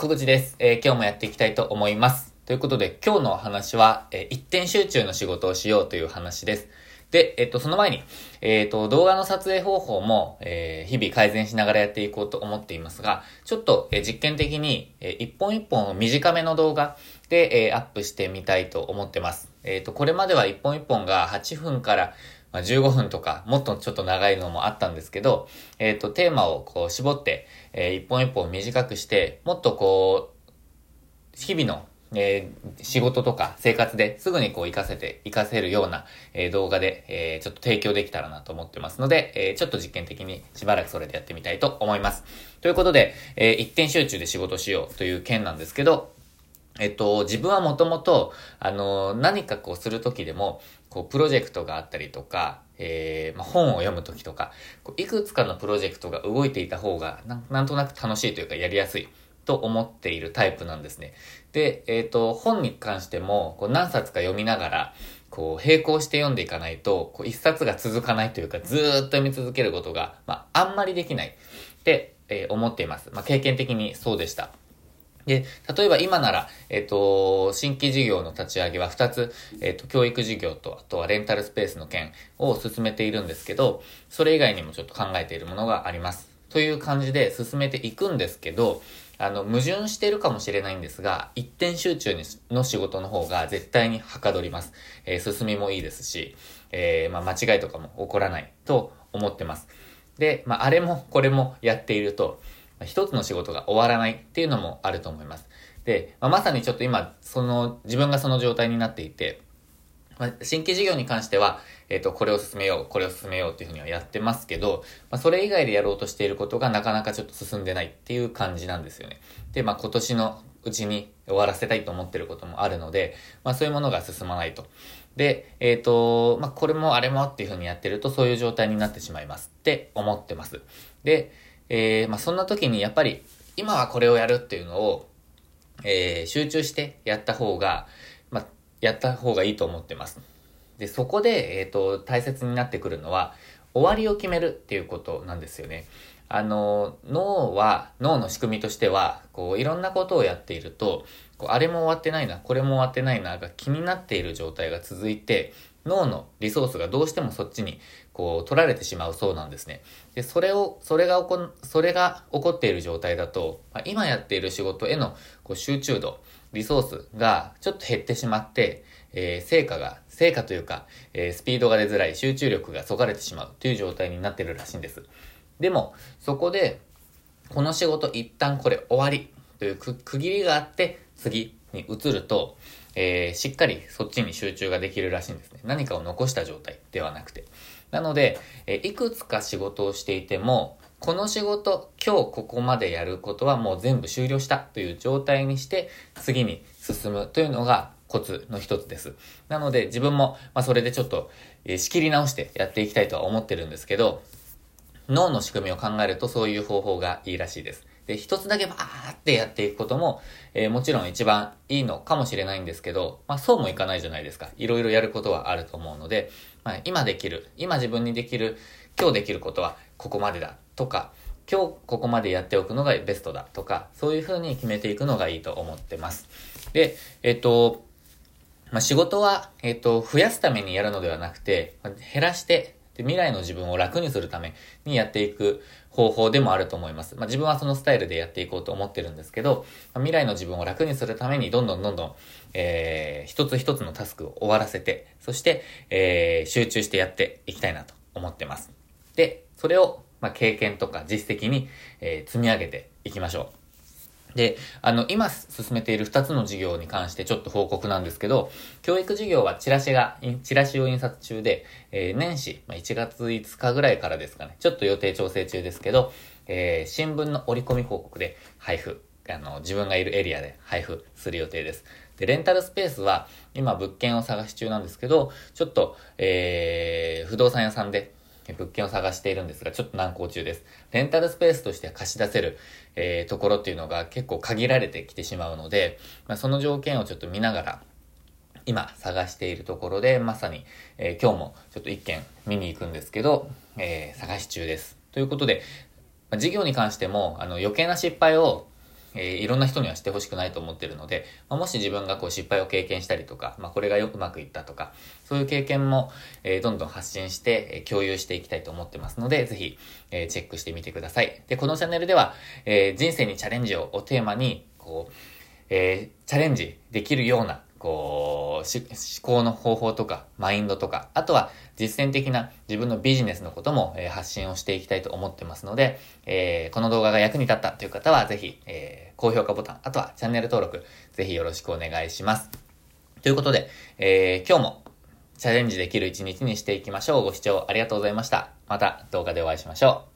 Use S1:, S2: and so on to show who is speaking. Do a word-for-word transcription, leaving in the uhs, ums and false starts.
S1: 奥口です、えー。今日もやっていきたいと思います。ということで、今日のお話は、えー、一点集中の仕事をしようという話です。で、えっと、その前に、えっと、動画の撮影方法も、えー、日々改善しながらやっていこうと思っていますが、ちょっと、えー、実験的に、えー、一本一本短めの動画で、えー、アップしてみたいと思ってます。えっと、これまでは一本一本がはっぷんからまあ、じゅうごふんとか、もっとちょっと長いのもあったんですけど、えっと、テーマをこう絞って、えー、一本一本短くして、もっとこう、日々の、えー、仕事とか生活ですぐにこう活かせて、活かせるような、えー、動画で、えー、ちょっと提供できたらなと思ってますので、えー、ちょっと実験的にしばらくそれでやってみたいと思います。ということで、えー、一点集中で仕事しようという件なんですけど、えっと、自分はもともと、あの、何かこうするときでも、こう、プロジェクトがあったりとか、えー、まあ、本を読むときとか、こういくつかのプロジェクトが動いていた方がな、なんとなく楽しいというかやりやすいと思っているタイプなんですね。で、えっと、本に関しても、こう何冊か読みながら、こう、並行して読んでいかないと、こう、一冊が続かないというか、ずーっと読み続けることが、まあ、あんまりできないって、えー、思っています。まあ、経験的にそうでした。で、例えば今なら、えっと、新規事業の立ち上げはふたつ、えっと、教育事業と、あとはレンタルスペースの件を進めているんですけど、それ以外にもちょっと考えているものがあります。という感じで進めていくんですけど、あの、矛盾しているかもしれないんですが、一点集中の仕事の方が絶対にはかどります。えー、進みもいいですし、えー、まあ、間違いとかも起こらないと思ってます。で、まあ、あれもこれもやっていると、一つの仕事が終わらないっていうのもあると思います。で、まあ、まさにちょっと今、その、自分がその状態になっていて、まあ、新規事業に関しては、えっと、これを進めよう、これを進めようっていうふうにはやってますけど、まあ、それ以外でやろうとしていることがなかなかちょっと進んでないっていう感じなんですよね。で、まあ、今年のうちに終わらせたいと思ってることもあるので、まあ、そういうものが進まないと。で、えっと、まあ、これもあれもっていうふうにやってると、そういう状態になってしまいますって思ってます。で、えー、まあ、そんな時にやっぱり今はこれをやるっていうのを、えー、集中してやった方が、まあ、やった方がいいと思ってます。で、そこで、えっと、大切になってくるのは、終わりを決めるっていうことなんですよね。あの、脳は、脳の仕組みとしては、こう、いろんなことをやっていると、こうあれも終わってないな、これも終わってないな、が気になっている状態が続いて、脳のリソースがどうしてもそっちにこう取られてしまうそうなんですね。で、それを、それが起こ、それが起こっている状態だと、まあ、今やっている仕事へのこう集中度、リソースがちょっと減ってしまって、えー、成果が、成果というか、えー、スピードが出づらい、集中力がそがれてしまうという状態になっているらしいんです。でも、そこで、この仕事一旦これ終わりという区切りがあって、次に移ると、えー、しっかりそっちに集中ができるらしいんですね。何かを残した状態ではなくて。なので、えー、いくつか仕事をしていても、この仕事、今日ここまでやることはもう全部終了したという状態にして、次に進むというのがコツの一つです。なので自分も、まあ、それでちょっと、えー、仕切り直してやっていきたいとは思ってるんですけど、脳の仕組みを考えるとそういう方法がいいらしいです。で、一つだけバーってやっていくことも、えー、もちろん一番いいのかもしれないんですけど、まあそうもいかないじゃないですか。いろいろやることはあると思うので、まあ今できる、今自分にできる、今日できることはここまでだとか、今日ここまでやっておくのがベストだとか、そういう風に決めていくのがいいと思ってます。で、えっと、まあ仕事は、えっと、増やすためにやるのではなくて、減らして、で未来の自分を楽にするためにやっていく方法でもあると思います。まあ、自分はそのスタイルでやっていこうと思ってるんですけど、まあ、未来の自分を楽にするためにどんどんどんどん、えー、一つ一つのタスクを終わらせて、そして、えー、集中してやっていきたいなと思ってます。で、それを、まあ、経験とか実績に、えー、積み上げていきましょう。で、あの、今進めているふたつの事業に関してちょっと報告なんですけど、教育事業はチラシが、チラシを印刷中で、えー、年始、まあ、いちがついつかぐらいからですかね、ちょっと予定調整中ですけど、えー、新聞の折り込み広告で配布、あの、自分がいるエリアで配布する予定です。で、レンタルスペースは今物件を探し中なんですけど、ちょっと、えー、不動産屋さんで、物件を探しているんですが、ちょっと難航中です。レンタルスペースとして貸し出せる、えー、ところっていうのが結構限られてきてしまうので、まあ、その条件をちょっと見ながら、今探しているところで、まさに、えー、今日もちょっと一軒見に行くんですけど、えー、探し中です。ということで、まあ、事業に関しても、あの、余計な失敗を、 えー、いろんな人にはしてほしくないと思ってるので、まあ、もし自分がこう失敗を経験したりとか、まあ、これがよくうまくいったとか、そういう経験も、えー、どんどん発信して、えー、共有していきたいと思ってますので、ぜひ、えー、チェックしてみてください。で、このチャンネルでは、えー、人生にチャレンジををテーマに、こう、えー、チャレンジできるような、こう、思考の方法とか、マインドとか、あとは実践的な自分のビジネスのことも、えー、発信をしていきたいと思ってますので、えー、この動画が役に立ったという方は、ぜひ、えー、高評価ボタン、あとはチャンネル登録、ぜひよろしくお願いします。ということで、えー、今日もチャレンジできる一日にしていきましょう。ご視聴ありがとうございました。また動画でお会いしましょう。